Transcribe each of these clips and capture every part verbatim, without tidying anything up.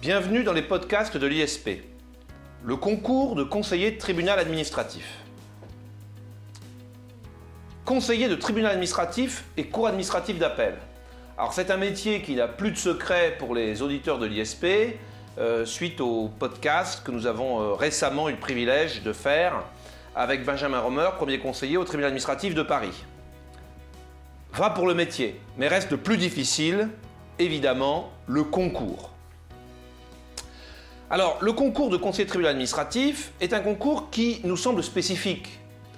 Bienvenue dans les podcasts de l'I S P, le concours de conseiller de tribunal administratif. Conseiller de tribunal administratif et cour administrative d'appel. Alors c'est un métier qui n'a plus de secret pour les auditeurs de l'I S P, euh, suite au podcast que nous avons euh, récemment eu le privilège de faire avec Benjamin Romer, premier conseiller au tribunal administratif de Paris. Va pour le métier, mais reste le plus difficile, évidemment, le concours. Alors, le concours de conseiller de tribunal administratif est un concours qui nous semble spécifique.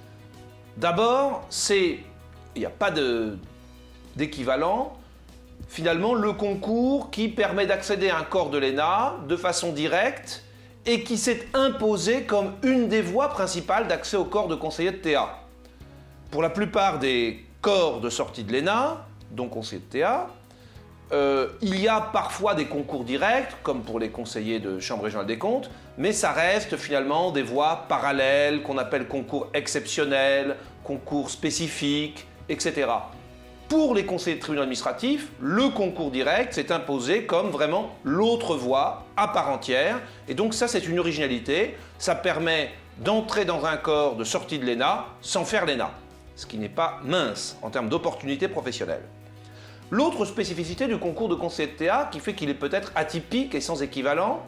D'abord, c'est, il n'y a pas de, d'équivalent, finalement, le concours qui permet d'accéder à un corps de l'E N A de façon directe et qui s'est imposé comme une des voies principales d'accès au corps de conseiller de T A. Pour la plupart des corps de sortie de l'E N A, donc conseiller de T A, euh, il y a parfois des concours directs, comme pour les conseillers de Chambre régionale des comptes, mais ça reste finalement des voies parallèles qu'on appelle concours exceptionnels, concours spécifiques, et cetera. Pour les conseillers de tribunal administratif, le concours direct s'est imposé comme vraiment l'autre voie à part entière. Et donc ça, c'est une originalité. Ça permet d'entrer dans un corps de sortie de l'E N A sans faire l'E N A, ce qui n'est pas mince en termes d'opportunités professionnelles. L'autre spécificité du concours de conseiller de T A, qui fait qu'il est peut-être atypique et sans équivalent,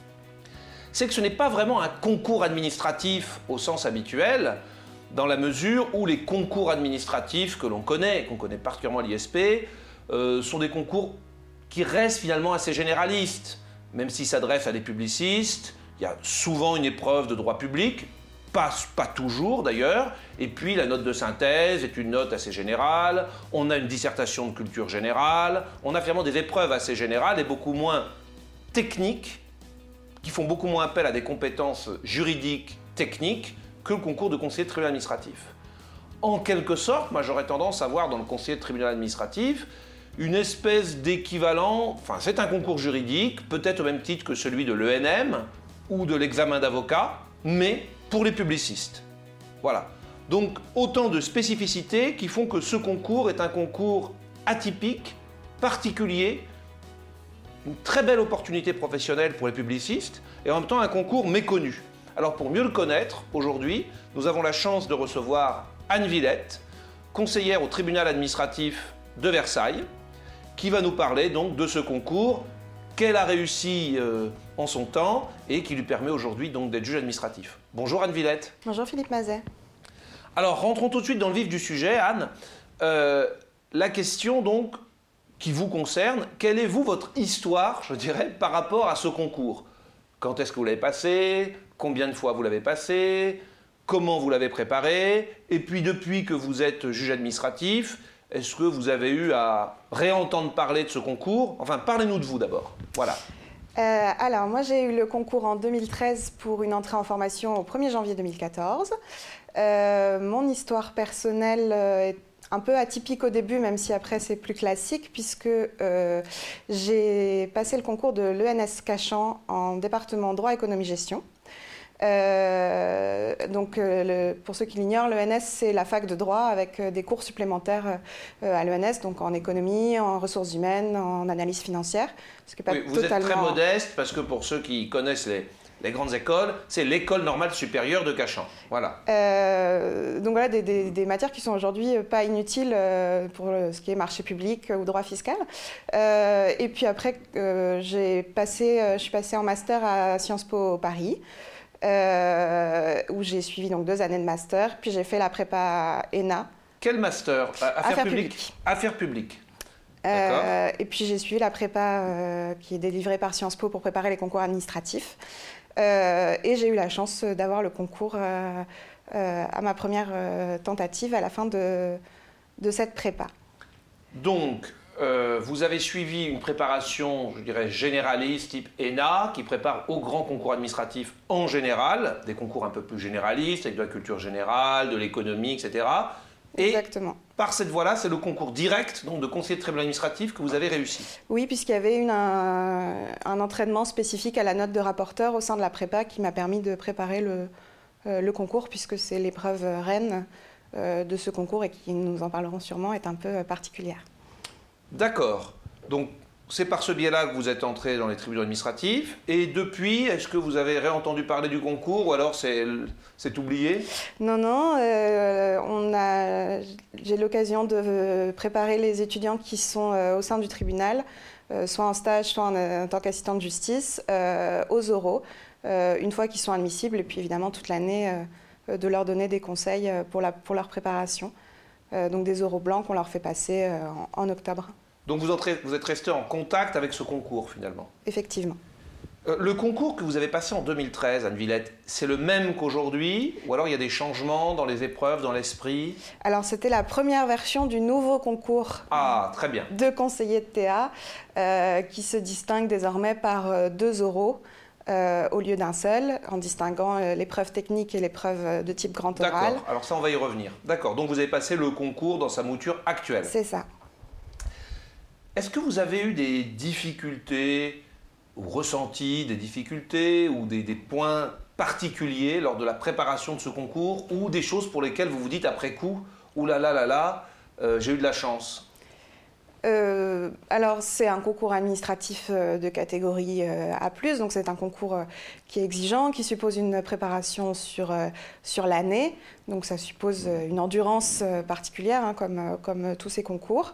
c'est que ce n'est pas vraiment un concours administratif au sens habituel, dans la mesure où les concours administratifs que l'on connaît, qu'on connaît particulièrement à l'I S P, euh, sont des concours qui restent finalement assez généralistes. Même s'ils s'adressent à des publicistes, il y a souvent une épreuve de droit public, pas, pas toujours d'ailleurs, et puis la note de synthèse est une note assez générale, on a une dissertation de culture générale, on a finalement des épreuves assez générales et beaucoup moins techniques, qui font beaucoup moins appel à des compétences juridiques techniques, que le concours de conseiller de tribunal administratif. En quelque sorte, moi j'aurais tendance à voir dans le conseiller de tribunal administratif une espèce d'équivalent, enfin c'est un concours juridique, peut-être au même titre que celui de l'E N M ou de l'examen d'avocat, mais pour les publicistes. Voilà. Donc autant de spécificités qui font que ce concours est un concours atypique, particulier, une très belle opportunité professionnelle pour les publicistes et en même temps un concours méconnu. Alors pour mieux le connaître, aujourd'hui, nous avons la chance de recevoir Anne Villette, conseillère au tribunal administratif de Versailles, qui va nous parler donc de ce concours qu'elle a réussi euh, en son temps et qui lui permet aujourd'hui donc d'être juge administratif. Bonjour Anne Villette. Bonjour Philippe Mazet. Alors rentrons tout de suite dans le vif du sujet, Anne. Euh, la question donc qui vous concerne, quelle est vous votre histoire, je dirais, par rapport à ce concours ? Quand est-ce que vous l'avez passé ? Combien de fois vous l'avez passé? Comment vous l'avez préparé? Et puis depuis que vous êtes juge administratif, est-ce que vous avez eu à réentendre parler de ce concours? Enfin, parlez-nous de vous d'abord. Voilà. Euh, alors, moi j'ai eu le concours en deux mille treize pour une entrée en formation au premier janvier deux mille quatorze. Euh, mon histoire personnelle est un peu atypique au début, même si après c'est plus classique, puisque euh, j'ai passé le concours de l'E N S Cachan en département droit, économie, gestion. Euh, donc, euh, le, pour ceux qui l'ignorent, l'E N S, c'est la fac de droit avec euh, des cours supplémentaires euh, à l'E N S, donc en économie, en ressources humaines, en analyse financière. Ce qui est pas oui, vous totalement... êtes très modeste, parce que pour ceux qui connaissent les, les grandes écoles, c'est l'école normale supérieure de Cachan. Voilà. Euh, donc voilà, des, des, des matières qui sont aujourd'hui pas inutiles euh, pour ce qui est marché public ou droit fiscal. Euh, et puis après, euh, j'ai passé, euh, je suis passée en master à Sciences Po Paris. Euh, où j'ai suivi donc deux années de master, puis j'ai fait la prépa E N A. Quel master? Affaires, Affaires publiques. publiques. Affaires publiques. Euh, et puis j'ai suivi la prépa euh, qui est délivrée par Sciences Po pour préparer les concours administratifs. Euh, et j'ai eu la chance d'avoir le concours euh, euh, à ma première euh, tentative à la fin de, de cette prépa. Donc, Euh, vous avez suivi une préparation, je dirais, généraliste, type E N A, qui prépare aux grands concours administratifs en général, des concours un peu plus généralistes, avec de la culture générale, de l'économie, et cetera. Et Exactement. Par cette voie-là, c'est le concours direct donc, de conseiller de tribunal administratif que vous avez réussi. Oui, puisqu'il y avait une, un, un entraînement spécifique à la note de rapporteur au sein de la prépa qui m'a permis de préparer le, euh, le concours, puisque c'est l'épreuve reine euh, de ce concours et qui, nous en parlerons sûrement, est un peu particulière. D'accord. Donc, c'est par ce biais-là que vous êtes entré dans les tribunaux administratifs. Et depuis, est-ce que vous avez réentendu parler du concours ou alors c'est, c'est oublié? Non, non. Euh, on a, j'ai l'occasion de préparer les étudiants qui sont euh, au sein du tribunal, euh, soit en stage, soit en, en tant qu'assistant de justice, euh, aux oraux, euh, une fois qu'ils sont admissibles. Et puis évidemment, toute l'année, euh, de leur donner des conseils pour, la, pour leur préparation. Euh, donc des oraux blancs qu'on leur fait passer euh, en, en octobre. Donc vous, entrez, vous êtes resté en contact avec ce concours finalement? Effectivement. Euh, le concours que vous avez passé en deux mille treize, Anne Villette, c'est le même qu'aujourd'hui? Ou alors il y a des changements dans les épreuves, dans l'esprit? Alors c'était la première version du nouveau concours ah, très bien. de conseiller de T A euh, qui se distingue désormais par euh, deux oraux euh, au lieu d'un seul, en distinguant euh, l'épreuve technique et l'épreuve de type grand oral. D'accord, alors ça on va y revenir. D'accord, donc vous avez passé le concours dans sa mouture actuelle. C'est ça. Est-ce que vous avez eu des difficultés, ou ressenti des difficultés, ou des, des points particuliers lors de la préparation de ce concours, ou des choses pour lesquelles vous vous dites après coup, ouh là là là là, euh, j'ai eu de la chance? Euh, alors c'est un concours administratif euh, de catégorie euh, A plus, donc c'est un concours euh, qui est exigeant, qui suppose une préparation sur, euh, sur l'année, donc ça suppose euh, une endurance euh, particulière, hein, comme, euh, comme tous ces concours.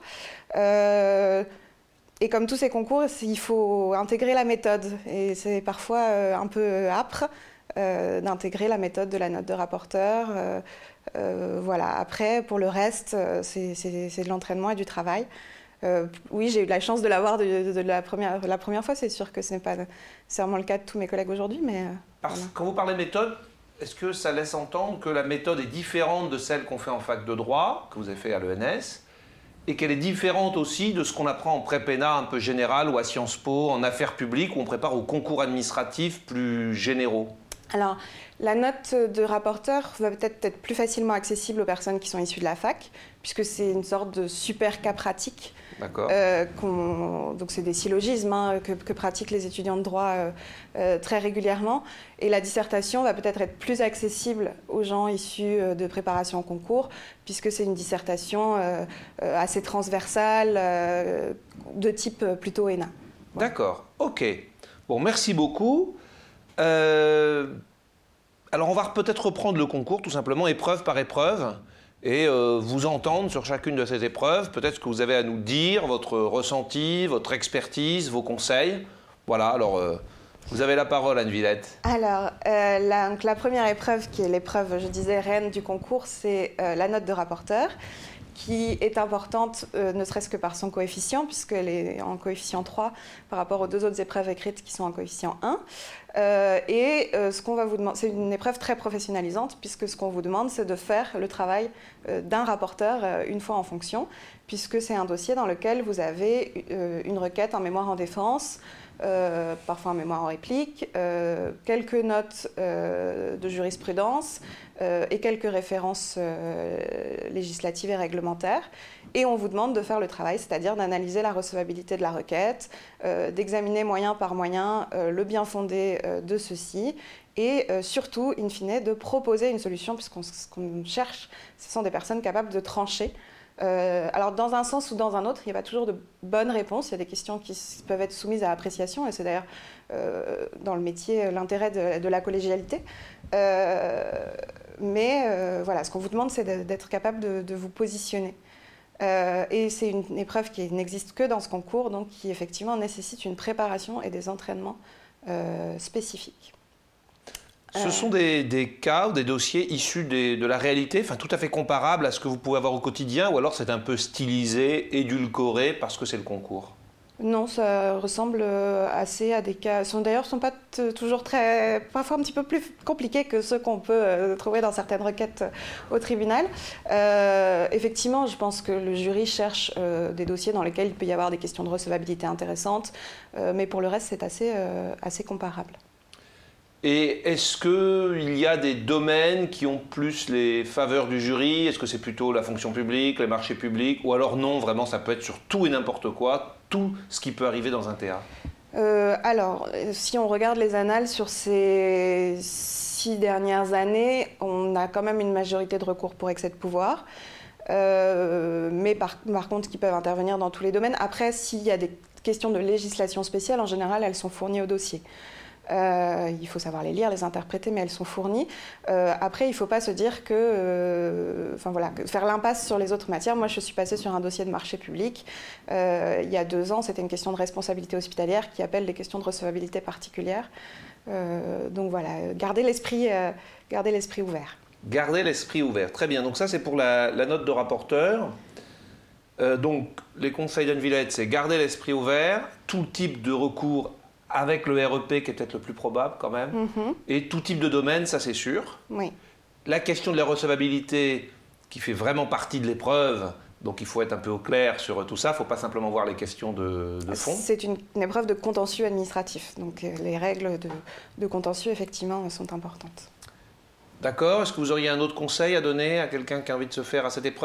Euh, et comme tous ces concours, il faut intégrer la méthode, et c'est parfois euh, un peu âpre euh, d'intégrer la méthode de la note de rapporteur. Euh, euh, voilà. Après, pour le reste, c'est, c'est, c'est de l'entraînement et du travail. Euh, oui, j'ai eu la chance de l'avoir de, de, de la, première, la première fois. C'est sûr que ce n'est pas nécessairement le cas de tous mes collègues aujourd'hui. Mais, euh, voilà. Quand vous parlez de méthode, est-ce que ça laisse entendre que la méthode est différente de celle qu'on fait en fac de droit, que vous avez fait à l'E N S, et qu'elle est différente aussi de ce qu'on apprend en pré-pénat un peu général ou à Sciences Po, en affaires publiques, où on prépare aux concours administratifs plus généraux? Alors, la note de rapporteur va peut-être être plus facilement accessible aux personnes qui sont issues de la fac, puisque c'est une sorte de super cas pratique. D'accord. Euh, qu'on, donc c'est des syllogismes hein, que, que pratiquent les étudiants de droit euh, euh, très régulièrement. Et la dissertation va peut-être être plus accessible aux gens issus euh, de préparation au concours, puisque c'est une dissertation euh, euh, assez transversale, euh, de type plutôt E N A. Voilà. D'accord, ok. Bon, merci beaucoup. Euh, alors on va peut-être reprendre le concours tout simplement épreuve par épreuve et euh, vous entendre sur chacune de ces épreuves, peut-être ce que vous avez à nous dire, votre ressenti, votre expertise, vos conseils. Voilà, alors euh, vous avez la parole Anne Villette. Alors euh, la, donc, la première épreuve qui est l'épreuve, je disais, reine du concours, c'est euh, la note de rapporteur, qui est importante, euh, ne serait-ce que par son coefficient, puisqu'elle est en coefficient trois par rapport aux deux autres épreuves écrites qui sont en coefficient un. Euh, et euh, ce qu'on va vous demander, c'est une épreuve très professionnalisante, puisque ce qu'on vous demande, c'est de faire le travail euh, d'un rapporteur euh, une fois en fonction, puisque c'est un dossier dans lequel vous avez euh, une requête en mémoire en défense, Euh, parfois en mémoire en réplique, euh, quelques notes euh, de jurisprudence euh, et quelques références euh, législatives et réglementaires. Et on vous demande de faire le travail, c'est-à-dire d'analyser la recevabilité de la requête, euh, d'examiner moyen par moyen euh, le bien fondé euh, de ceci et euh, surtout, in fine, de proposer une solution, puisqu'on ce qu'on cherche, ce sont des personnes capables de trancher. Euh, alors dans un sens ou dans un autre, il n'y a pas toujours de bonnes réponses. Il y a des questions qui peuvent être soumises à appréciation et c'est d'ailleurs euh, dans le métier l'intérêt de, de la collégialité. Euh, mais euh, voilà, ce qu'on vous demande, c'est d'être capable de, de vous positionner. Euh, et c'est une, une épreuve qui n'existe que dans ce concours, donc qui effectivement nécessite une préparation et des entraînements euh, spécifiques. Ce sont des, des cas ou des dossiers issus des, de la réalité, enfin tout à fait comparables à ce que vous pouvez avoir au quotidien, ou alors c'est un peu stylisé, édulcoré parce que c'est le concours? Non, ça ressemble assez à des cas. Sont d'ailleurs sont pas t- toujours très, parfois un petit peu plus compliqués que ceux qu'on peut euh, trouver dans certaines requêtes au tribunal. Euh, effectivement, je pense que le jury cherche euh, des dossiers dans lesquels il peut y avoir des questions de recevabilité intéressantes, euh, mais pour le reste, c'est assez euh, assez comparable. Et est-ce qu'il y a des domaines qui ont plus les faveurs du jury? Est-ce que c'est plutôt la fonction publique, les marchés publics? Ou alors non, vraiment, ça peut être sur tout et n'importe quoi, tout ce qui peut arriver dans un T A? euh, Alors, si on regarde les annales sur ces six dernières années, on a quand même une majorité de recours pour excès de pouvoir. Euh, mais par, par contre qui peuvent intervenir dans tous les domaines. Après, s'il y a des questions de législation spéciale, en général, elles sont fournies au dossier. Euh, il faut savoir les lire, les interpréter, mais elles sont fournies. Euh, après, il ne faut pas se dire que, euh, enfin voilà, que faire l'impasse sur les autres matières. Moi, je suis passée sur un dossier de marché public. Euh, il y a deux ans, c'était une question de responsabilité hospitalière qui appelle des questions de recevabilité particulière. Euh, donc voilà, gardez l'esprit, euh, gardez l'esprit ouvert. Gardez l'esprit ouvert. Très bien. Donc ça, c'est pour la, la note de rapporteur. Euh, donc, les conseils d'Anne Villette, c'est garder l'esprit ouvert, tout type de recours avec le R E P qui est peut-être le plus probable quand même, mm-hmm. et tout type de domaine, ça c'est sûr. Oui. La question de la recevabilité qui fait vraiment partie de l'épreuve, donc il faut être un peu au clair sur tout ça, il ne faut pas simplement voir les questions de, de fond. C'est une, une épreuve de contentieux administratif, donc les règles de, de contentieux effectivement sont importantes. D'accord, est-ce que vous auriez un autre conseil à donner à quelqu'un qui a envie de se faire à cette épreuve ?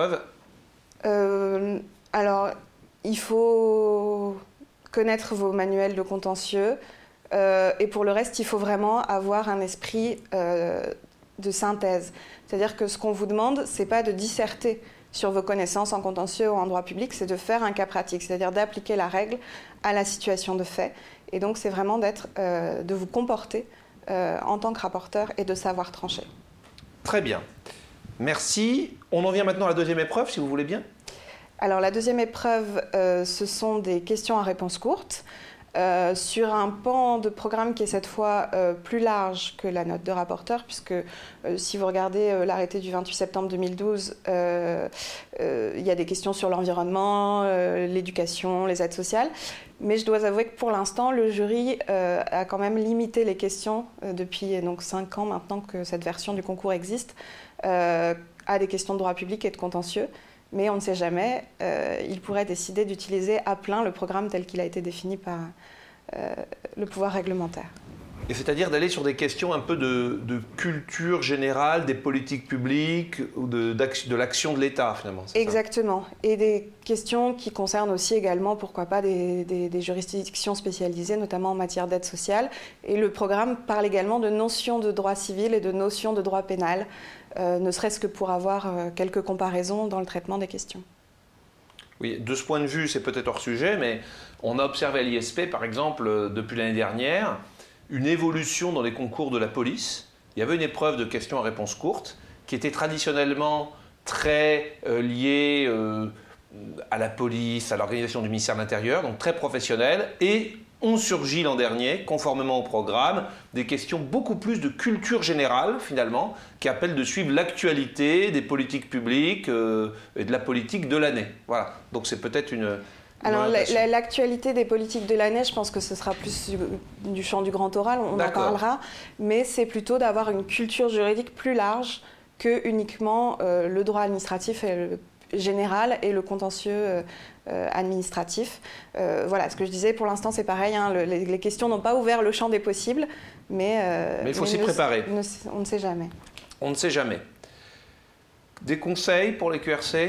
euh, Alors, il faut connaître vos manuels de contentieux. Euh, et pour le reste, il faut vraiment avoir un esprit euh, de synthèse. C'est-à-dire que ce qu'on vous demande, ce n'est pas de disserter sur vos connaissances en contentieux ou en droit public, c'est de faire un cas pratique, c'est-à-dire d'appliquer la règle à la situation de fait. Et donc, c'est vraiment d'être, euh, de vous comporter euh, en tant que rapporteur et de savoir trancher. Très bien. Merci. On en vient maintenant à la deuxième épreuve, si vous voulez bien. Alors, la deuxième épreuve, euh, ce sont des questions à réponse courte. Euh, sur un pan de programme qui est cette fois euh, plus large que la note de rapporteur, puisque euh, si vous regardez euh, l'arrêté du vingt-huit septembre deux mille douze, euh, euh, il y a des questions sur l'environnement, euh, l'éducation, les aides sociales. Mais je dois avouer que pour l'instant, le jury euh, a quand même limité les questions euh, depuis donc, cinq ans maintenant que cette version du concours existe, euh, à des questions de droit public et de contentieux. Mais on ne sait jamais, euh, il pourrait décider d'utiliser à plein le programme tel qu'il a été défini par euh, le pouvoir réglementaire. Et c'est-à-dire d'aller sur des questions un peu de, de culture générale, des politiques publiques ou de, de l'action de l'État finalement. Exactement. Ça. Et des questions qui concernent aussi également, pourquoi pas, des, des, des juridictions spécialisées, notamment en matière d'aide sociale. Et le programme parle également de notions de droit civil et de notions de droit pénal. Euh, ne serait-ce que pour avoir euh, quelques comparaisons dans le traitement des questions. Oui, de ce point de vue, c'est peut-être hors sujet, mais on a observé à l'I S P, par exemple, euh, depuis l'année dernière, une évolution dans les concours de la police. Il y avait une épreuve de questions à réponse courte qui était traditionnellement très euh, liée euh, à la police, à l'organisation du ministère de l'Intérieur, donc très professionnelle, et ont surgi l'an dernier, conformément au programme, des questions beaucoup plus de culture générale, finalement, qui appellent de suivre l'actualité des politiques publiques euh, et de la politique de l'année. Voilà, donc c'est peut-être une... une Alors, l'actualité des politiques de l'année, je pense que ce sera plus du, du champ du grand oral, on en parlera, mais c'est plutôt d'avoir une culture juridique plus large que uniquement euh, le droit administratif et le général et le contentieux euh, euh, administratif. Euh, voilà, ce que je disais, pour l'instant, c'est pareil, hein, le, les, les questions n'ont pas ouvert le champ des possibles, mais... Euh, mais il faut s'y préparer. Ne, on ne sait jamais. On ne sait jamais. Des conseils pour les Q R C ?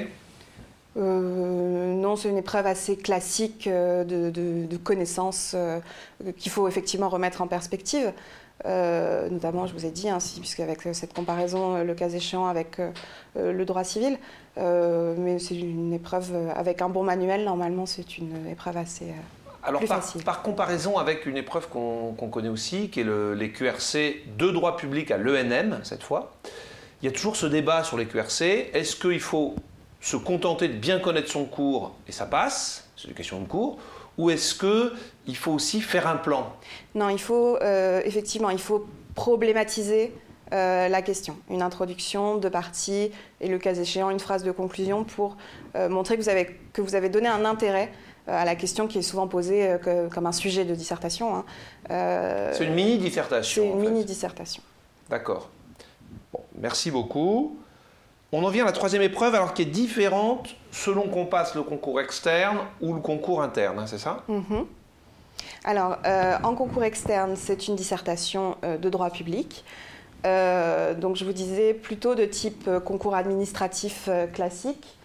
Euh, non, c'est une épreuve assez classique euh, de, de, de connaissances euh, qu'il faut effectivement remettre en perspective. Euh, notamment, je vous ai dit, hein, si, puisqu'avec cette comparaison, euh, le cas échéant, avec euh, le droit civil. Euh, mais c'est une épreuve avec un bon manuel, normalement, c'est une épreuve assez euh, Alors, plus par, facile. Par comparaison avec une épreuve qu'on qu'on connaît aussi, qui est le, les Q R C de droit public à l'E N M, cette fois, il y a toujours ce débat sur les Q R C. Est-ce qu'il faut se contenter de bien connaître son cours et ça passe, c'est une question de cours, ou est-ce qu'il faut aussi faire un plan ? Non, il faut, euh, effectivement, il faut problématiser euh, la question. Une introduction, deux parties, et le cas échéant, une phrase de conclusion pour euh, montrer que vous, avez, que vous avez donné un intérêt euh, à la question qui est souvent posée euh, que, comme un sujet de dissertation. Hein. Euh, c'est une mini-dissertation. C'est une en fait. mini-dissertation. D'accord. Bon, merci beaucoup. On en vient à la troisième épreuve, alors qui est différente selon qu'on passe le concours externe ou le concours interne, hein, c'est ça ? Mm-hmm. Alors, euh, en concours externe, c'est une dissertation euh, de droit public. Euh, donc, je vous disais plutôt de type euh, concours administratif euh, classique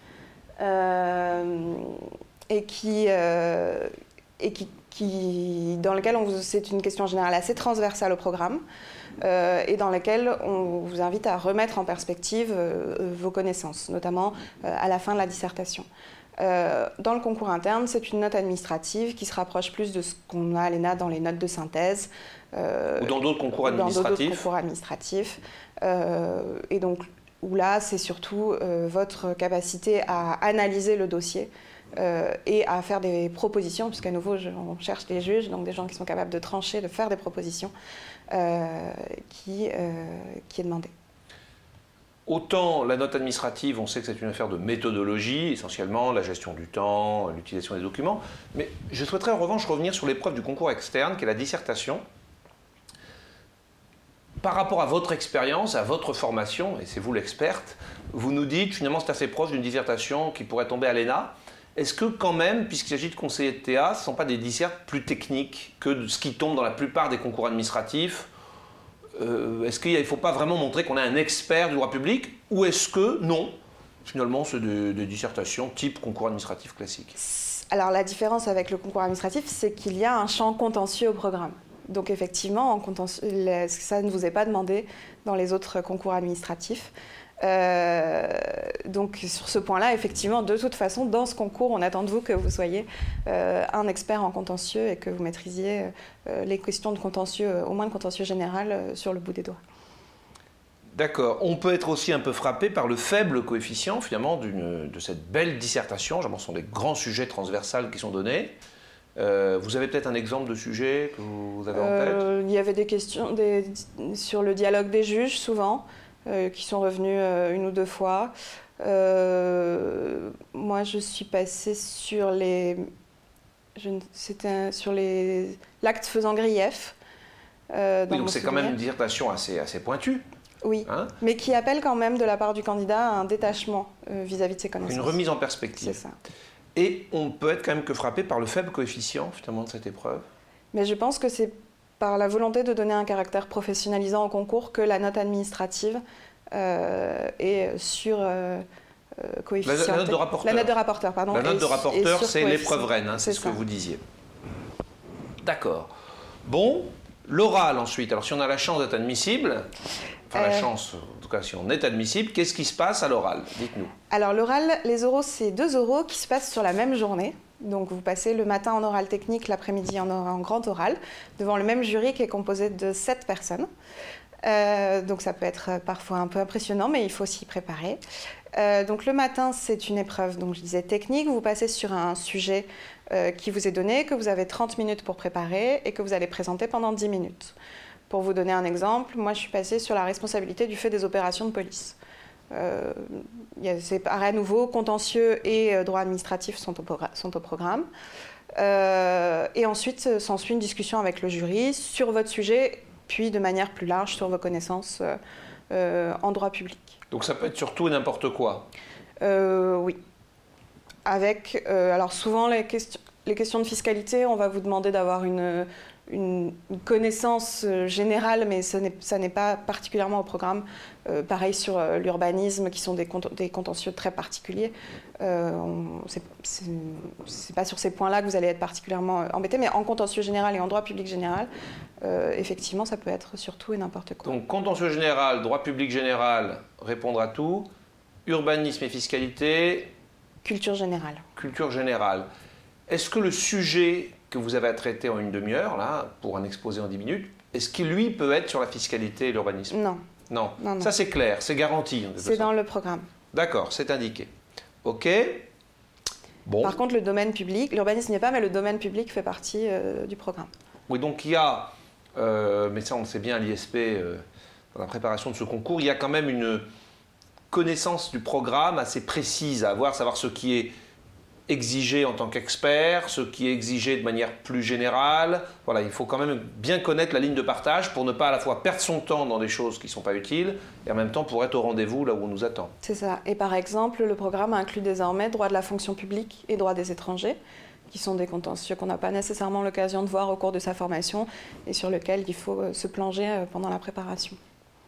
euh, et, qui, euh, et qui, qui, dans lequel on vous, c'est une question générale assez transversale au programme. euh, et dans lesquels on vous invite à remettre en perspective euh, vos connaissances, notamment euh, à la fin de la dissertation. Euh, dans le concours interne, c'est une note administrative qui se rapproche plus de ce qu'on a à l'E N A dans les notes de synthèse. Euh, ou dans d'autres concours administratifs. Dans d'autres concours administratifs. Euh, et donc, où là, c'est surtout euh, votre capacité à analyser le dossier euh, et à faire des propositions, puisqu'à nouveau, je, on cherche des juges, donc des gens qui sont capables de trancher, de faire des propositions, euh, qui, euh, qui est demandé. Autant la note administrative, on sait que c'est une affaire de méthodologie, essentiellement la gestion du temps, l'utilisation des documents, mais je souhaiterais en revanche revenir sur l'épreuve du concours externe, qui est la dissertation. Par rapport à votre expérience, à votre formation, et c'est vous l'experte, vous nous dites finalement c'est assez proche d'une dissertation qui pourrait tomber à l'E N A. Est-ce que quand même, puisqu'il s'agit de conseillers de T A, ce ne sont pas des dissertes plus techniques que ce qui tombe dans la plupart des concours administratifs? Euh, est-ce qu'il ne faut pas vraiment montrer qu'on est un expert du droit public, ou est-ce que non, finalement c'est des, des dissertations type concours administratif classique? Alors la différence avec le concours administratif, c'est qu'il y a un champ contentieux au programme. Donc effectivement, en contentieux, ça ne vous est pas demandé dans les autres concours administratifs. Euh, donc sur ce point-là, effectivement, de toute façon, dans ce concours, on attend de vous que vous soyez euh, un expert en contentieux et que vous maîtrisiez euh, les questions de contentieux, au moins de contentieux général, euh, sur le bout des doigts. D'accord. On peut être aussi un peu frappé par le faible coefficient, finalement, d'une, de cette belle dissertation. Ce sont des grands sujets transversaux qui sont donnés. Euh, vous avez peut-être un exemple de sujet que vous avez en tête? euh, Il y avait des questions des, sur le dialogue des juges, souvent, euh, qui sont revenus euh, une ou deux fois. Euh, moi, je suis passée sur les... Je, c'était sur les, l'acte faisant grief. Euh, oui, donc c'est quand même une dissertation assez, assez pointue. Oui, hein, mais qui appelle quand même de la part du candidat un détachement euh, vis-à-vis de ses connaissances. Une remise en perspective. C'est ça. Et on peut être quand même que frappé par le faible coefficient, finalement, de cette épreuve. Mais je pense que c'est par la volonté de donner un caractère professionnalisant au concours que la note administrative euh, est sur euh, coefficient. La, la note de rapporteur. La note de rapporteur, pardon. La note de rapporteur, c'est l'épreuve reine, hein, c'est ce ça. que vous disiez. D'accord. Bon, l'oral ensuite. Alors si on a la chance d'être admissible, enfin euh... la chance, en tout cas si on est admissible, qu'est-ce qui se passe à l'oral? Dites-nous. Alors l'oral, les oraux, c'est deux oraux qui se passent sur la même journée. Donc vous passez le matin en oral technique, l'après-midi en, en grand oral, devant le même jury qui est composé de sept personnes. Euh, donc ça peut être parfois un peu impressionnant, mais il faut s'y préparer. Euh, donc le matin, c'est une épreuve, donc je disais technique. Vous passez sur un sujet euh, qui vous est donné, que vous avez trente minutes pour préparer et que vous allez présenter pendant dix minutes. Pour vous donner un exemple, moi je suis passée sur la responsabilité du fait des opérations de police. Euh, c'est à nouveau, contentieux et euh, droit administratif sont au, sont au programme. Euh, et ensuite, s'ensuit une discussion avec le jury sur votre sujet, puis de manière plus large sur vos connaissances euh, en droit public. Donc ça peut être surtout n'importe quoi. euh, Oui. Avec, euh, alors souvent, les questions, les questions de fiscalité, on va vous demander d'avoir une... Une, une connaissance générale, mais ça n'est, ça n'est pas particulièrement au programme. Euh, pareil sur euh, l'urbanisme, qui sont des, cont- des contentieux très particuliers. Euh, on, c'est, c'est, c'est pas sur ces points-là que vous allez être particulièrement embêté, mais en contentieux général et en droit public général, euh, effectivement, ça peut être sur tout et n'importe quoi. Donc contentieux général, droit public général, répondre à tout. Urbanisme et fiscalité. Culture générale. Culture générale. Est-ce que le sujet que vous avez à traiter en une demi-heure, là, pour un exposé en dix minutes, est-ce qu'il, lui, peut être sur la fiscalité et l'urbanisme? Non. Non. non, non. Ça, c'est clair, c'est garanti. C'est dans le programme. D'accord, c'est indiqué. OK. Bon. Par contre, le domaine public, l'urbanisme n'y est pas, mais le domaine public fait partie euh, du programme. Oui, donc il y a, euh, mais ça on le sait bien à l'I S P, euh, dans la préparation de ce concours, il y a quand même une connaissance du programme assez précise à avoir, savoir ce qui est exigé en tant qu'expert, ce qui est exigé de manière plus générale. Voilà, il faut quand même bien connaître la ligne de partage pour ne pas à la fois perdre son temps dans des choses qui ne sont pas utiles et en même temps pour être au rendez-vous là où on nous attend. C'est ça. Et par exemple, le programme inclut désormais droit de la fonction publique et droit des étrangers, qui sont des contentieux qu'on n'a pas nécessairement l'occasion de voir au cours de sa formation et sur lesquels il faut se plonger pendant la préparation.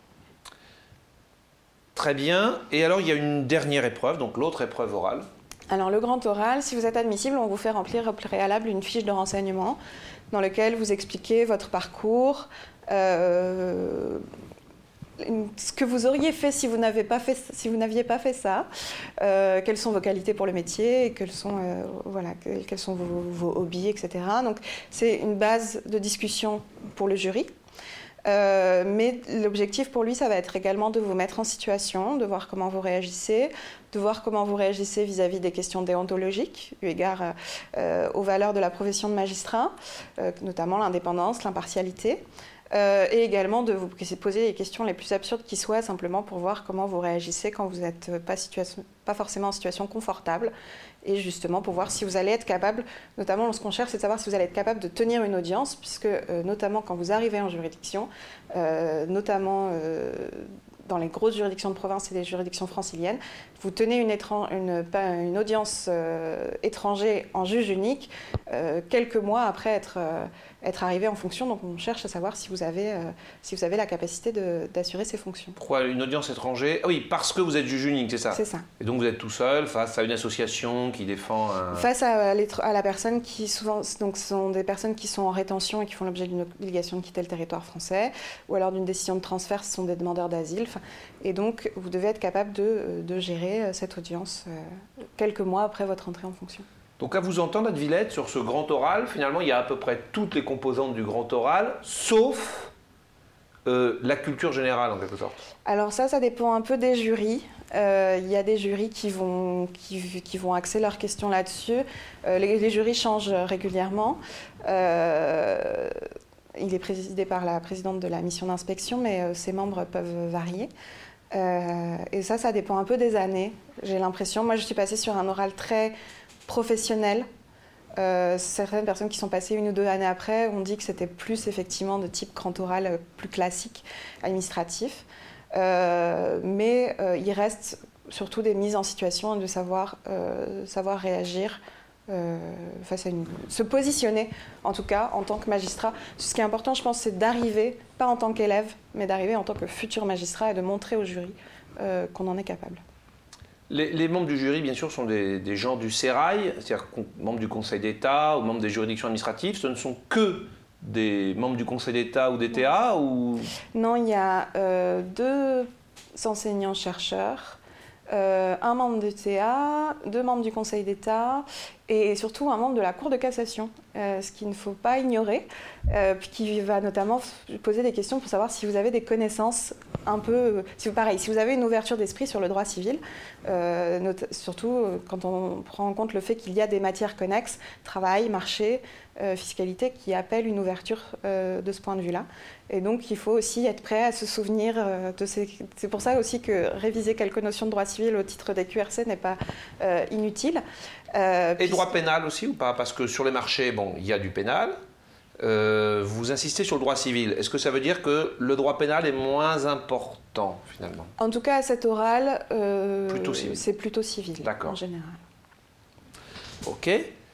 Très bien. Et alors, il y a une dernière épreuve, donc l'autre épreuve orale. Alors le grand oral, si vous êtes admissible, on vous fait remplir au préalable une fiche de renseignement dans laquelle vous expliquez votre parcours, euh, ce que vous auriez fait si vous n'aviez pas fait, si vous n'aviez pas fait ça, euh, quelles sont vos qualités pour le métier, et quels sont, euh, voilà, quels sont vos, vos hobbies, et cetera. Donc c'est une base de discussion pour le jury. Euh, mais l'objectif pour lui, ça va être également de vous mettre en situation, de voir comment vous réagissez, de voir comment vous réagissez vis-à-vis des questions déontologiques, eu égard euh, aux valeurs de la profession de magistrat, euh, notamment l'indépendance, l'impartialité, euh, et également de vous poser les questions les plus absurdes qui soient, simplement pour voir comment vous réagissez quand vous n'êtes pas, pas forcément en situation confortable, et justement pour voir si vous allez être capable, notamment ce qu'on cherche, c'est de savoir si vous allez être capable de tenir une audience, puisque euh, notamment quand vous arrivez en juridiction, euh, notamment euh, dans les grosses juridictions de province et les juridictions franciliennes, vous tenez une, une, une audience euh, étranger en juge unique euh, quelques mois après être, euh, être arrivé en fonction. Donc on cherche à savoir si vous avez, euh, si vous avez la capacité de, d'assurer ces fonctions. Pourquoi une audience étrangère? Ah oui, parce que vous êtes juge unique, c'est ça? C'est ça. Et donc vous êtes tout seul face à une association qui défend un... Face à, à la personne qui, souvent, donc ce sont des personnes qui sont en rétention et qui font l'objet d'une obligation de quitter le territoire français, ou alors d'une décision de transfert, ce sont des demandeurs d'asile. Et donc vous devez être capable de, de gérer cette audience euh, quelques mois après votre entrée en fonction. Donc à vous entendre, Anne Villette, sur ce grand oral, finalement il y a à peu près toutes les composantes du grand oral, sauf euh, la culture générale en quelque sorte. Alors ça, ça dépend un peu des jurys. Euh, il y a des jurys qui vont, qui, qui vont axer leurs questions là-dessus. Euh, les, les jurys changent régulièrement. Euh, il est présidé par la présidente de la mission d'inspection, mais euh, ses membres peuvent varier. Euh, et ça, ça dépend un peu des années, j'ai l'impression. Moi, je suis passée sur un oral très professionnel. Euh, certaines personnes qui sont passées une ou deux années après ont dit que c'était plus effectivement de type grand oral, plus classique, administratif. Euh, mais euh, il reste surtout des mises en situation et de savoir, euh, savoir réagir euh, face à une... se positionner, en tout cas, en tant que magistrat. Ce qui est important, je pense, c'est d'arriver, pas en tant qu'élève, mais d'arriver en tant que futur magistrat et de montrer au jury euh, qu'on en est capable. Les, les membres du jury, bien sûr, sont des, des gens du sérail, c'est-à-dire membres du Conseil d'État ou membres des juridictions administratives. Ce ne sont que des membres du Conseil d'État ou des T A ou... Non, il y a euh, deux enseignants-chercheurs, euh, un membre du T A, deux membres du Conseil d'État et surtout un membre de la Cour de cassation, euh, ce qu'il ne faut pas ignorer, euh, qui va notamment poser des questions pour savoir si vous avez des connaissances un peu... Si vous, pareil, si vous avez une ouverture d'esprit sur le droit civil, euh, not- surtout quand on prend en compte le fait qu'il y a des matières connexes, travail, marché, euh, fiscalité, qui appellent une ouverture euh, de ce point de vue-là. Et donc, il faut aussi être prêt à se souvenir euh, de ces... C'est pour ça aussi que réviser quelques notions de droit civil au titre des Q R C n'est pas euh, inutile. Euh, Et puis... droit pénal aussi ou pas? Parce que sur les marchés, bon, il y a du pénal. Euh, vous insistez sur le droit civil. Est-ce que ça veut dire que le droit pénal est moins important, finalement? En tout cas, à cet oral, euh, plutôt civil. C'est plutôt civil, en général. OK.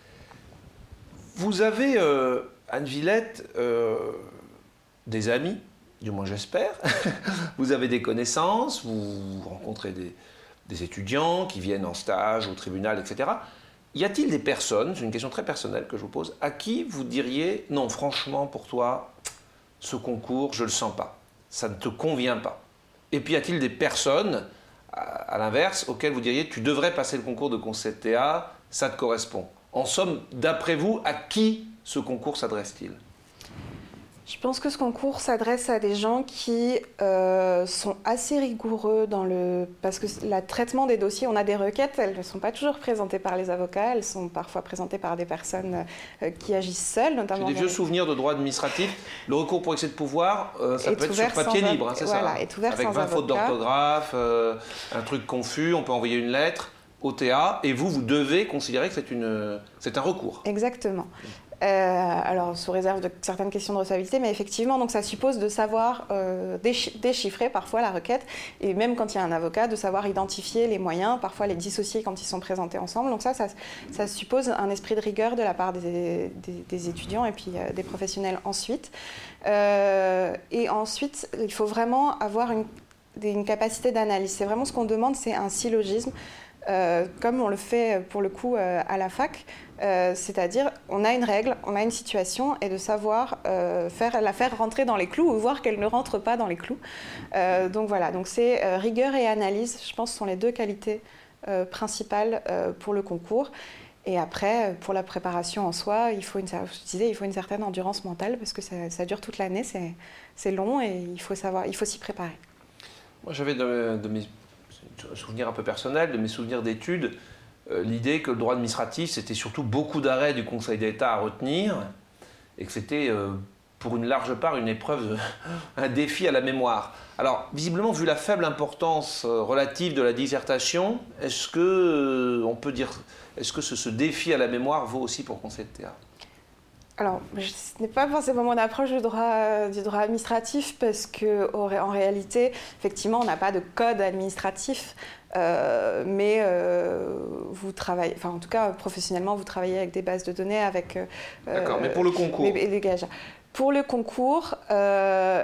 Vous avez, euh, Anne Villette, euh, des amis, du moins j'espère. Vous avez des connaissances, vous rencontrez des, des étudiants qui viennent en stage au tribunal, et cetera. Y a-t-il des personnes, c'est une question très personnelle que je vous pose, à qui vous diriez « Non, franchement, pour toi, ce concours, je ne le sens pas, ça ne te convient pas ». Et puis y a-t-il des personnes, à, à l'inverse, auxquelles vous diriez « Tu devrais passer le concours de conseil de T A, ça te correspond ». En somme, d'après vous, à qui ce concours s'adresse-t-il? Je pense que ce concours s'adresse à des gens qui euh, sont assez rigoureux dans le... Parce que le traitement des dossiers, on a des requêtes, elles ne sont pas toujours présentées par les avocats, elles sont parfois présentées par des personnes euh, qui agissent seules, notamment... J'ai des vieux les... souvenirs de droit administratif. Le recours pour excès de pouvoir, euh, ça peut être sur papier libre, hein, c'est voilà, ça? Est ouvert Avec sans vingt fautes d'orthographe, euh, un truc confus, on peut envoyer une lettre au T A, et vous, vous devez considérer que c'est, une, c'est un recours. Exactement. Euh, alors, sous réserve de certaines questions de recevabilité, mais effectivement, donc ça suppose de savoir euh, déchi- déchiffrer parfois la requête, et même quand il y a un avocat, de savoir identifier les moyens, parfois les dissocier quand ils sont présentés ensemble. Donc ça, ça, ça suppose un esprit de rigueur de la part des, des, des étudiants et puis euh, des professionnels ensuite. Euh, et ensuite, il faut vraiment avoir une une capacité d'analyse. C'est vraiment ce qu'on demande, c'est un syllogisme, euh, comme on le fait pour le coup euh, à la fac. Euh, c'est-à-dire, on a une règle, on a une situation, et de savoir euh, faire, la faire rentrer dans les clous ou voir qu'elle ne rentre pas dans les clous. Euh, donc voilà, donc c'est euh, rigueur et analyse, je pense, sont les deux qualités euh, principales euh, pour le concours. Et après, pour la préparation en soi, il faut une, je disais, il faut une certaine endurance mentale parce que ça, ça dure toute l'année, c'est, c'est long et il faut savoir, il faut s'y préparer. Moi, j'avais de, de mes souvenirs un peu personnels, de mes souvenirs d'études, euh, l'idée que le droit administratif, c'était surtout beaucoup d'arrêts du Conseil d'État à retenir et que c'était, euh, pour une large part, une épreuve, un défi à la mémoire. Alors, visiblement, vu la faible importance euh, relative de la dissertation, est-ce que euh, on peut dire, est-ce que ce, ce défi à la mémoire vaut aussi pour Conseil de Théâtre ? Alors, ce n'est pas forcément mon approche du droit, du droit administratif parce qu'en réalité, effectivement, on n'a pas de code administratif, euh, mais euh, vous travaillez, enfin en tout cas professionnellement, vous travaillez avec des bases de données, avec... Euh, D'accord, mais pour le concours les, les gages. Pour le concours, euh,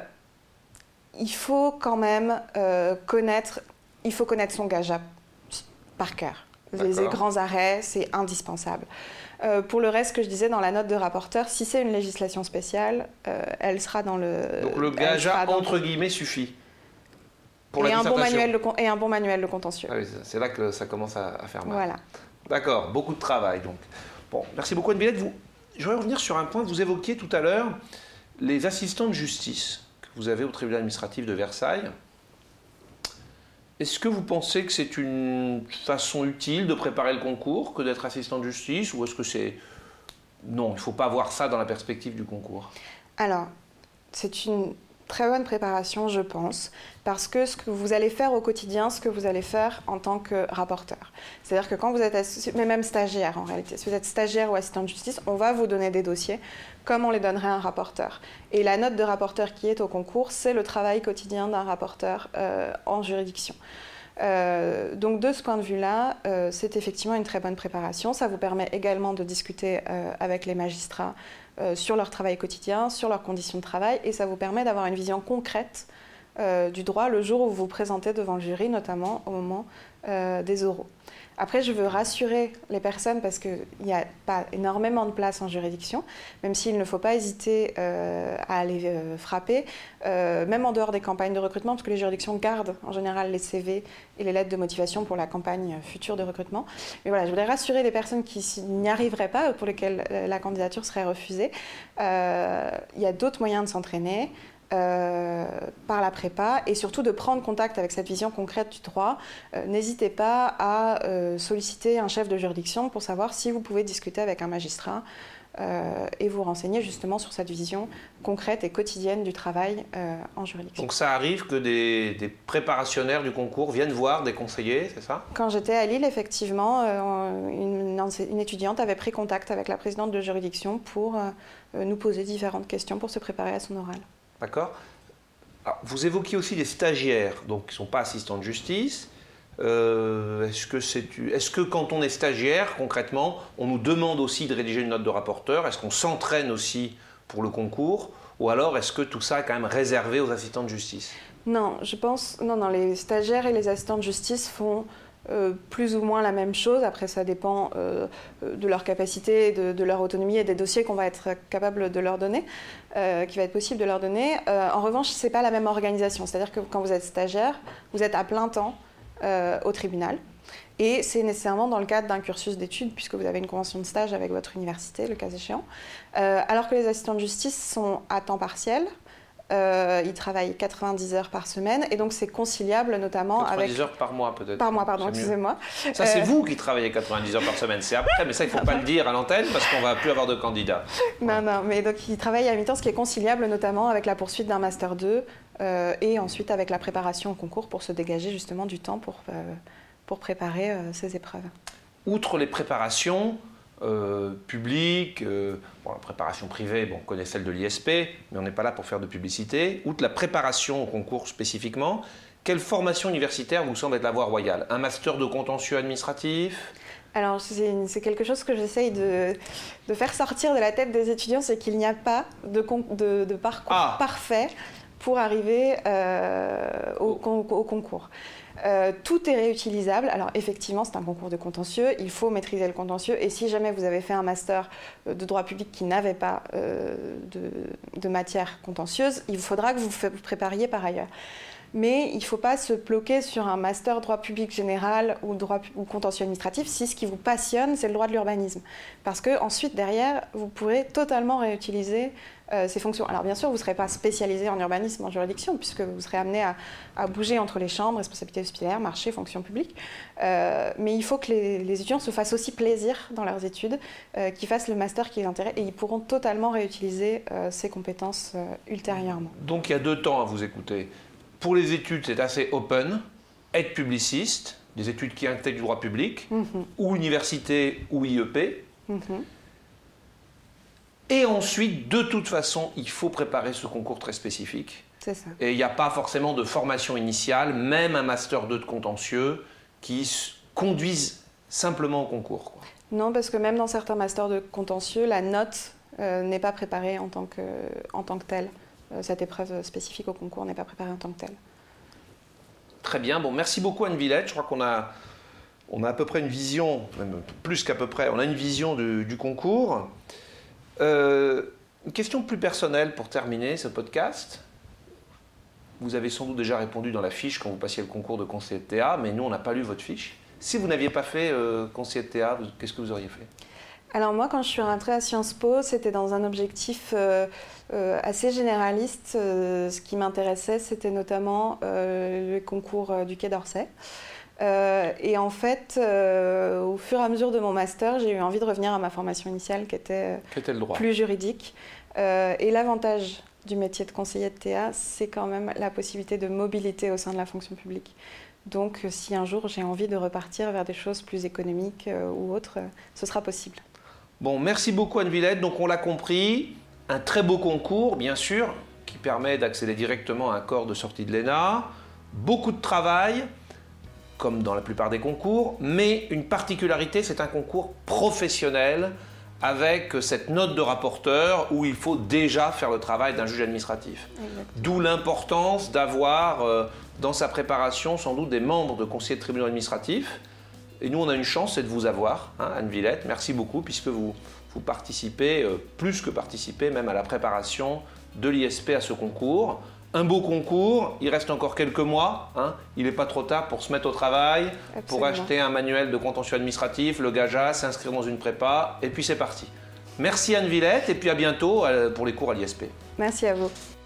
il faut quand même euh, connaître, il faut connaître son gage par cœur. Les, les grands arrêts, c'est indispensable. Euh, pour le reste, ce que je disais dans la note de rapporteur, si c'est une législation spéciale, euh, elle sera dans le... Donc le gageat, entre dans... guillemets, suffit pour et la un dissertation. Bon manuel de, et un bon manuel de contentieux. Ah oui, c'est là que ça commence à, à faire mal. Voilà. D'accord, beaucoup de travail donc. Bon, merci beaucoup Anne Villette. Vous... Je voudrais revenir sur un point que vous évoquiez tout à l'heure, les assistants de justice que vous avez au tribunal administratif de Versailles. Est-ce que vous pensez que c'est une façon utile de préparer le concours que d'être assistant de justice, ou est-ce que c'est... Non, il ne faut pas voir ça dans la perspective du concours. Alors, c'est une très bonne préparation, je pense, parce que ce que vous allez faire au quotidien, ce que vous allez faire en tant que rapporteur. C'est-à-dire que quand vous êtes, assi... mais même stagiaire en réalité, si vous êtes stagiaire ou assistant de justice, on va vous donner des dossiers comme on les donnerait à un rapporteur. Et la note de rapporteur qui est au concours, c'est le travail quotidien d'un rapporteur euh, en juridiction. Euh, donc de ce point de vue-là, euh, c'est effectivement une très bonne préparation. Ça vous permet également de discuter euh, avec les magistrats euh, sur leur travail quotidien, sur leurs conditions de travail, et ça vous permet d'avoir une vision concrète euh, du droit le jour où vous vous présentez devant le jury, notamment au moment euh, des oraux. Après, je veux rassurer les personnes parce qu'il n'y a pas énormément de place en juridiction, même s'il ne faut pas hésiter euh, à aller euh, frapper, euh, même en dehors des campagnes de recrutement, parce que les juridictions gardent en général les C V et les lettres de motivation pour la campagne future de recrutement. Mais voilà, je voudrais rassurer les personnes qui n'y arriveraient pas, pour lesquelles la candidature serait refusée. Euh, il y a d'autres moyens de s'entraîner. Euh, par la prépa, et surtout de prendre contact avec cette vision concrète du droit. Euh, n'hésitez pas à euh, solliciter un chef de juridiction pour savoir si vous pouvez discuter avec un magistrat euh, et vous renseigner justement sur cette vision concrète et quotidienne du travail euh, en juridiction. Donc ça arrive que des, des préparationnaires du concours viennent voir des conseillers, c'est ça ? Quand j'étais à Lille, effectivement, euh, une, une étudiante avait pris contact avec la présidente de juridiction pour euh, nous poser différentes questions pour se préparer à son oral. D'accord. Alors, vous évoquiez aussi des stagiaires, donc qui ne sont pas assistants de justice. Euh, est-ce que c'est, est-ce que quand on est stagiaire, concrètement, on nous demande aussi de rédiger une note de rapporteur ? Est-ce qu'on s'entraîne aussi pour le concours ? Ou alors est-ce que tout ça est quand même réservé aux assistants de justice ? Non, je pense... Non, non, les stagiaires et les assistants de justice font... Euh, plus ou moins la même chose. Après, ça dépend euh, de leur capacité, de, de leur autonomie et des dossiers qu'on va être capable de leur donner, euh, qu'il va être possible de leur donner. Euh, en revanche, ce n'est pas la même organisation. C'est-à-dire que quand vous êtes stagiaire, vous êtes à plein temps euh, au tribunal. Et c'est nécessairement dans le cadre d'un cursus d'études, puisque vous avez une convention de stage avec votre université, le cas échéant. Euh, alors que les assistants de justice sont à temps partiel. Euh, ils travaillent quatre-vingt-dix heures par semaine et donc c'est conciliable notamment quatre-vingt-dix avec... quatre-vingt-dix heures par mois peut-être. Par mois, pardon, excusez-moi. Ça, c'est euh... vous qui travaillez quatre-vingt-dix heures par semaine, c'est après, mais ça, il ne faut pas le dire à l'antenne parce qu'on ne va plus avoir de candidats. Non, non, mais donc ils travaillent à mi-temps, ce qui est conciliable notamment avec la poursuite d'un Master deux euh, et ensuite avec la préparation au concours pour se dégager justement du temps pour, euh, pour préparer euh, ces épreuves. Outre les préparations, Euh, public, euh, bon, la préparation privée, bon, on connaît celle de l'I S P, mais on n'est pas là pour faire de publicité. Outre la préparation au concours spécifiquement, quelle formation universitaire vous semble être la voie royale ? Un master de contentieux administratif ? Alors, c'est, c'est quelque chose que j'essaye de, de faire sortir de la tête des étudiants, c'est qu'il n'y a pas de, de, de parcours ah. parfait pour arriver euh, au, con au concours. Euh, tout est réutilisable. Alors effectivement, c'est un concours de contentieux, il faut maîtriser le contentieux. Et si jamais vous avez fait un master de droit public qui n'avait pas euh, de, de matière contentieuse, il faudra que vous vous prépariez par ailleurs. Mais il ne faut pas se bloquer sur un master droit public général ou, droit, ou contentieux administratif si ce qui vous passionne, c'est le droit de l'urbanisme. Parce qu'ensuite, derrière, vous pourrez totalement réutiliser euh, ces fonctions. Alors bien sûr, vous ne serez pas spécialisé en urbanisme, en juridiction, puisque vous serez amené à, à bouger entre les chambres, responsabilité hospitalière, marché, fonction publique. Euh, mais il faut que les, les étudiants se fassent aussi plaisir dans leurs études, euh, qu'ils fassent le master qui les intéresse, et ils pourront totalement réutiliser euh, ces compétences euh, ultérieurement. Donc il y a deux temps à vous écouter. Pour les études, c'est assez open. Être publiciste, des études qui intègrent du droit public, mmh. ou université ou I E P. Mmh. Et ensuite, de toute façon, il faut préparer ce concours très spécifique. C'est ça. Et il n'y a pas forcément de formation initiale, même un master deux de contentieux, qui conduisent simplement au concours, quoi. Non, parce que même dans certains masters de contentieux, la note euh, n'est pas préparée en tant que, en tant que telle. Cette épreuve spécifique au concours n'est pas préparée en tant que telle. Très bien. Bon, merci beaucoup Anne Villette. Je crois qu'on a, on a à peu près une vision, même plus qu'à peu près, on a une vision du, du concours. Euh, une question plus personnelle pour terminer ce podcast. Vous avez sans doute déjà répondu dans la fiche quand vous passiez le concours de conseiller de T A, mais nous, on n'a pas lu votre fiche. Si vous n'aviez pas fait euh, conseiller de T A, qu'est-ce que vous auriez fait ? Alors moi, quand je suis rentrée à Sciences Po, c'était dans un objectif euh, euh, assez généraliste. Euh, ce qui m'intéressait, c'était notamment euh, le concours euh, du Quai d'Orsay. Euh, et en fait, euh, au fur et à mesure de mon master, j'ai eu envie de revenir à ma formation initiale qui était, qui était le droit. Plus juridique. Euh, et l'avantage du métier de conseiller de T A, c'est quand même la possibilité de mobilité au sein de la fonction publique. Donc si un jour j'ai envie de repartir vers des choses plus économiques euh, ou autres, euh, ce sera possible. Bon, merci beaucoup Anne Villette. Donc on l'a compris, un très beau concours, bien sûr, qui permet d'accéder directement à un corps de sortie de l'E N A. Beaucoup de travail, comme dans la plupart des concours, mais une particularité, c'est un concours professionnel avec cette note de rapporteur où il faut déjà faire le travail d'un juge administratif. D'où l'importance d'avoir euh, dans sa préparation sans doute des membres de conseillers de tribunaux administratifs. Et nous, on a une chance, c'est de vous avoir, hein, Anne Villette. Merci beaucoup, puisque vous, vous participez, euh, plus que participez, même à la préparation de l'I S P à ce concours. Un beau concours, il reste encore quelques mois. Hein, il n'est pas trop tard pour se mettre au travail, Absolument. Pour acheter un manuel de contentieux administratif, le GAJA, s'inscrire dans une prépa, et puis c'est parti. Merci Anne Villette, et puis à bientôt pour les cours à l'I S P. Merci à vous.